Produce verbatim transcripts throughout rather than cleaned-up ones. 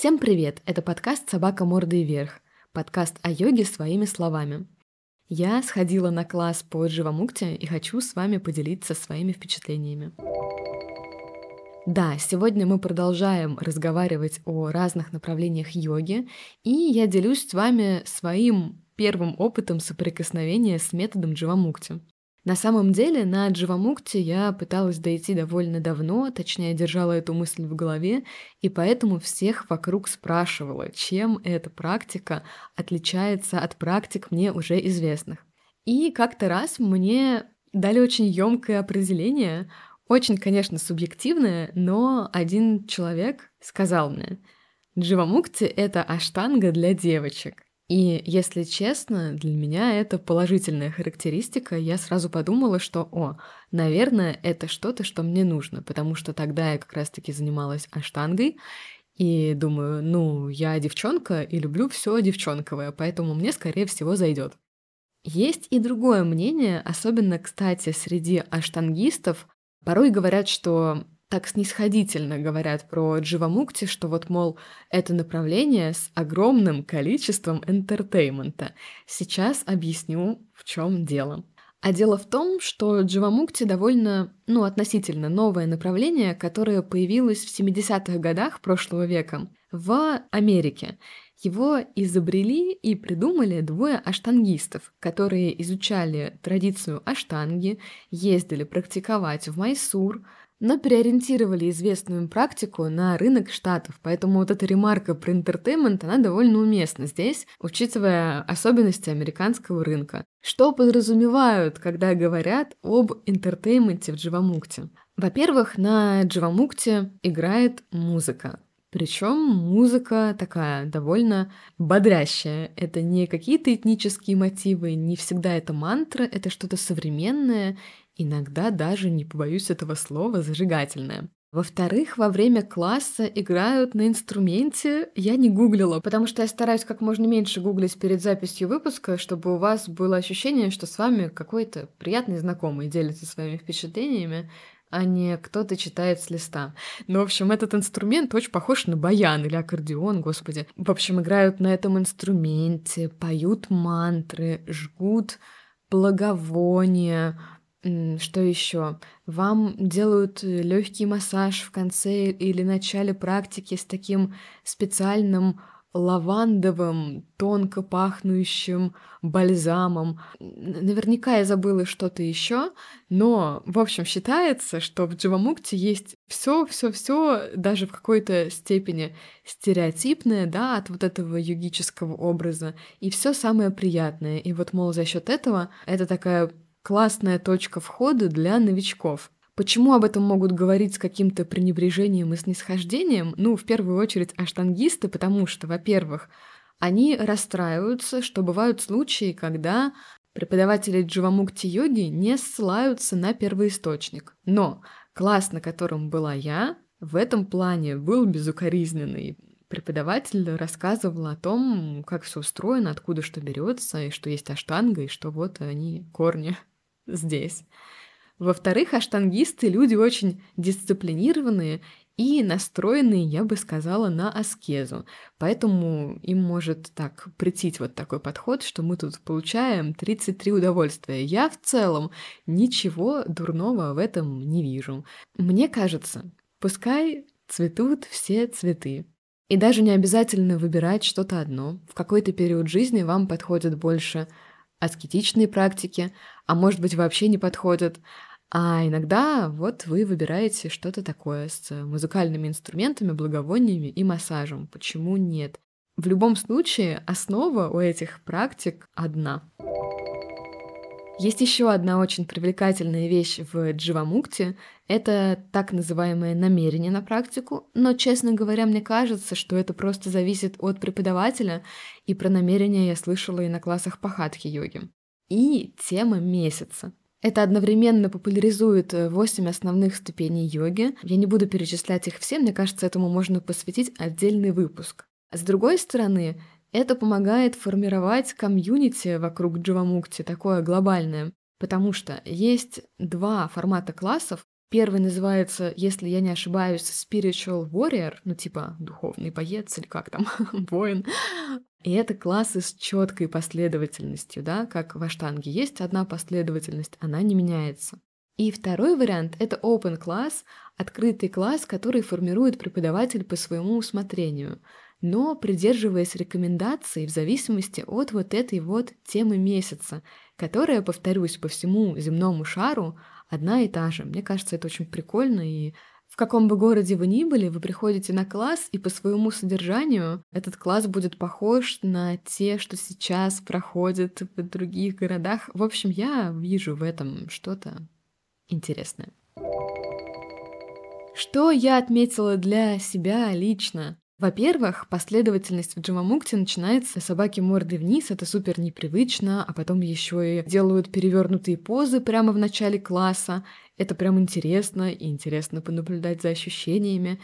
Всем привет! Это подкаст «Собака мордой вверх», подкаст о йоге своими словами. Я сходила на класс по Дживамукти и хочу с вами поделиться своими впечатлениями. Да, сегодня мы продолжаем разговаривать о разных направлениях йоги, и я делюсь с вами своим первым опытом соприкосновения с методом Дживамукти. На самом деле на Дживамукти я пыталась дойти довольно давно, точнее, держала эту мысль в голове, и поэтому всех вокруг спрашивала, чем эта практика отличается от практик мне уже известных. И как-то раз мне дали очень ёмкое определение, очень, конечно, субъективное, но один человек сказал мне: «Дживамукти — это аштанга для девочек». И, если честно, для меня это положительная характеристика. Я сразу подумала, что, о, наверное, это что-то, что мне нужно, потому что тогда я как раз-таки занималась аштангой, и думаю, ну, я девчонка и люблю все девчонковое, поэтому мне, скорее всего, зайдет. Есть и другое мнение, особенно, кстати, среди аштангистов. Порой говорят, что так снисходительно говорят про Дживамукти, что вот, мол, это направление с огромным количеством энтертеймента. Сейчас объясню, в чем дело. А дело в том, что Дживамукти довольно, ну, относительно новое направление, которое появилось в семидесятых годах прошлого века в Америке. Его изобрели и придумали двое аштангистов, которые изучали традицию аштанги, ездили практиковать в Майсур, но переориентировали известную им практику на рынок Штатов. Поэтому вот эта ремарка про интертеймент, она довольно уместна здесь, учитывая особенности американского рынка. Что подразумевают, когда говорят об интертейменте в Дживамукти? Во-первых, на Дживамукти играет музыка. Причем музыка такая довольно бодрящая. Это не какие-то этнические мотивы, не всегда это мантра, это что-то современное, иногда даже, не побоюсь этого слова, зажигательное. Во-вторых, во время класса играют на инструменте. Я не гуглила, потому что я стараюсь как можно меньше гуглить перед записью выпуска, чтобы у вас было ощущение, что с вами какой-то приятный знакомый делится своими впечатлениями, а не кто-то читает с листа. Ну, в общем, этот инструмент очень похож на баян или аккордеон, господи. В общем, играют на этом инструменте, поют мантры, жгут благовония. Что еще? Вам делают легкий массаж в конце или начале практики с таким специальным лавандовым, тонко пахнущим бальзамом. Наверняка я забыла что-то еще, но, в общем, считается, что в Дживамукти есть все, все, все, даже в какой-то степени стереотипное, да, от вот этого йогического образа, и все самое приятное. И вот, мол, за счет этого это такая классная точка входа для новичков. Почему об этом могут говорить с каким-то пренебрежением и снисхождением? Ну, в первую очередь, аштангисты, потому что, во-первых, они расстраиваются, что бывают случаи, когда преподаватели Дживамукти-йоги не ссылаются на первоисточник. Но класс, на котором была я, в этом плане был безукоризненный. Преподаватель рассказывал о том, как все устроено, откуда что берется, и что есть аштанга, и что вот они, корни, здесь. Во-вторых, аштангисты — люди очень дисциплинированные и настроенные, я бы сказала, на аскезу. Поэтому им может так претить вот такой подход, что мы тут получаем тридцать три удовольствия. Я в целом ничего дурного в этом не вижу. Мне кажется, пускай цветут все цветы. И даже не обязательно выбирать что-то одно. В какой-то период жизни вам подходят больше аскетичные практики, а может быть, вообще не подходят. А иногда вот вы выбираете что-то такое с музыкальными инструментами, благовониями и массажем. Почему нет? В любом случае, основа у этих практик одна. Есть еще одна очень привлекательная вещь в Дживамукти — это так называемое намерение на практику, но, честно говоря, мне кажется, что это просто зависит от преподавателя, и про намерение я слышала и на классах по хатхи-йоге. И тема месяца. Это одновременно популяризует восемь основных ступеней йоги. Я не буду перечислять их все, мне кажется, этому можно посвятить отдельный выпуск. С другой стороны, это помогает формировать комьюнити вокруг Дживамукти, такое глобальное, потому что есть два формата классов. Первый называется, если я не ошибаюсь, Spiritual Warrior, ну типа духовный боец или как там, воин. И это классы с четкой последовательностью, да, как в аштанге есть одна последовательность, она не меняется. И второй вариант — это open класс, открытый класс, который формирует преподаватель по своему усмотрению, но придерживаясь рекомендаций в зависимости от вот этой вот темы месяца, которая, повторюсь, по всему земному шару одна и та же. Мне кажется, это очень прикольно, и в каком бы городе вы ни были, вы приходите на класс, и по своему содержанию этот класс будет похож на те, что сейчас проходят в других городах. В общем, я вижу в этом что-то интересное. Что я отметила для себя лично? Во-первых, последовательность в Дживамукте начинается с собаки мордой вниз, это супер непривычно, а потом еще и делают перевернутые позы прямо в начале класса. Это прям интересно, и интересно понаблюдать за ощущениями.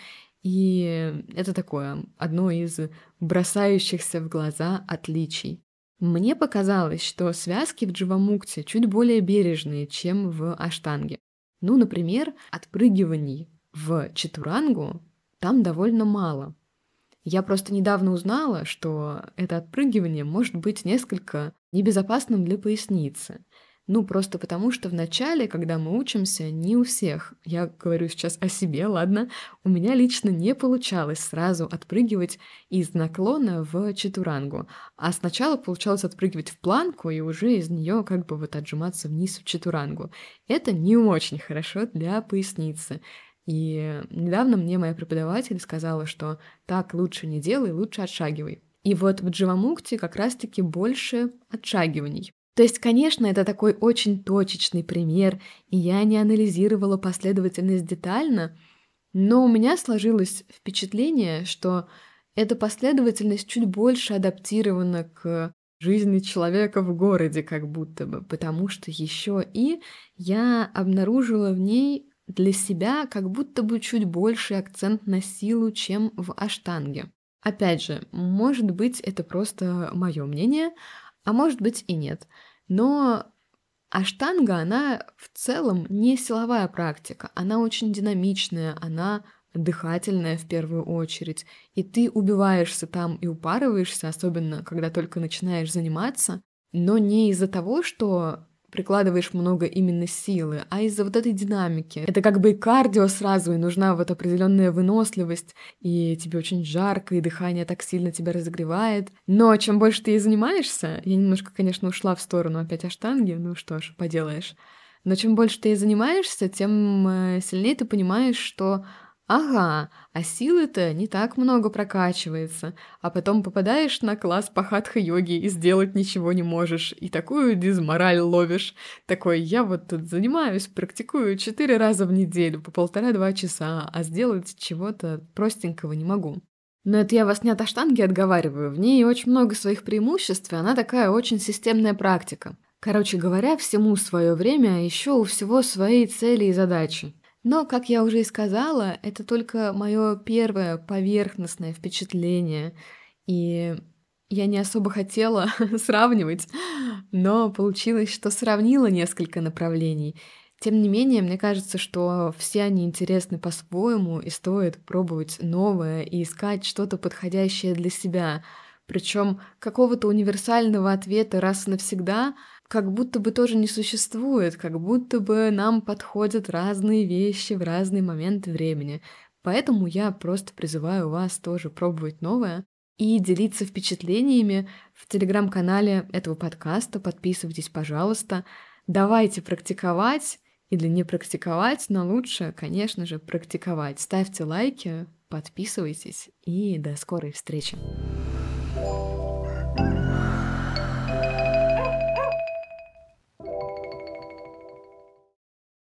И это такое одно из бросающихся в глаза отличий. Мне показалось, что связки в Дживамукте чуть более бережные, чем в аштанге. Ну, например, отпрыгиваний в чатурангу там довольно мало. Я просто недавно узнала, что это отпрыгивание может быть несколько небезопасным для поясницы. Ну, просто потому, что в начале, когда мы учимся, не у всех, я говорю сейчас о себе, ладно, у меня лично не получалось сразу отпрыгивать из наклона в чатурангу, а сначала получалось отпрыгивать в планку и уже из нее как бы вот отжиматься вниз в чатурангу. Это не очень хорошо для поясницы. И недавно мне моя преподаватель сказала, что так лучше не делай, лучше отшагивай. И вот в Дживамукте как раз-таки больше отшагиваний. То есть, конечно, это такой очень точечный пример, и я не анализировала последовательность детально, но у меня сложилось впечатление, что эта последовательность чуть больше адаптирована к жизни человека в городе, как будто бы, потому что еще и я обнаружила в ней для себя как будто бы чуть больше акцент на силу, чем в аштанге. Опять же, может быть, это просто мое мнение, а может быть и нет. Но аштанга, она в целом не силовая практика, она очень динамичная, она дыхательная в первую очередь, и ты убиваешься там и упарываешься, особенно когда только начинаешь заниматься, но не из-за того, что прикладываешь много именно силы, а из-за вот этой динамики. Это как бы и кардио сразу, и нужна вот определенная выносливость, и тебе очень жарко, и дыхание так сильно тебя разогревает. Но чем больше ты ей занимаешься, я немножко, конечно, ушла в сторону опять аштанги, ну что ж, поделаешь. Но чем больше ты ей занимаешься, тем сильнее ты понимаешь, что ага, а силы-то не так много прокачивается, а потом попадаешь на класс по хатха-йоге и сделать ничего не можешь, и такую дизмораль ловишь. Такой, я вот тут занимаюсь, практикую четыре раза в неделю по полтора-два часа, а сделать чего-то простенького не могу. Но это я вас не от аштанги отговариваю, в ней очень много своих преимуществ, и она такая очень системная практика. Короче говоря, всему свое время, а еще у всего свои цели и задачи. Но, как я уже и сказала, это только мое первое поверхностное впечатление, и я не особо хотела сравнивать, но получилось, что сравнила несколько направлений. Тем не менее, мне кажется, что все они интересны по-своему, и стоит пробовать новое и искать что-то подходящее для себя. Причем какого-то универсального ответа раз и навсегда как будто бы тоже не существует, как будто бы нам подходят разные вещи в разные моменты времени. Поэтому я просто призываю вас тоже пробовать новое и делиться впечатлениями в телеграм-канале этого подкаста. Подписывайтесь, пожалуйста. Давайте практиковать или не практиковать, но лучше, конечно же, практиковать. Ставьте лайки, подписывайтесь и до скорой встречи.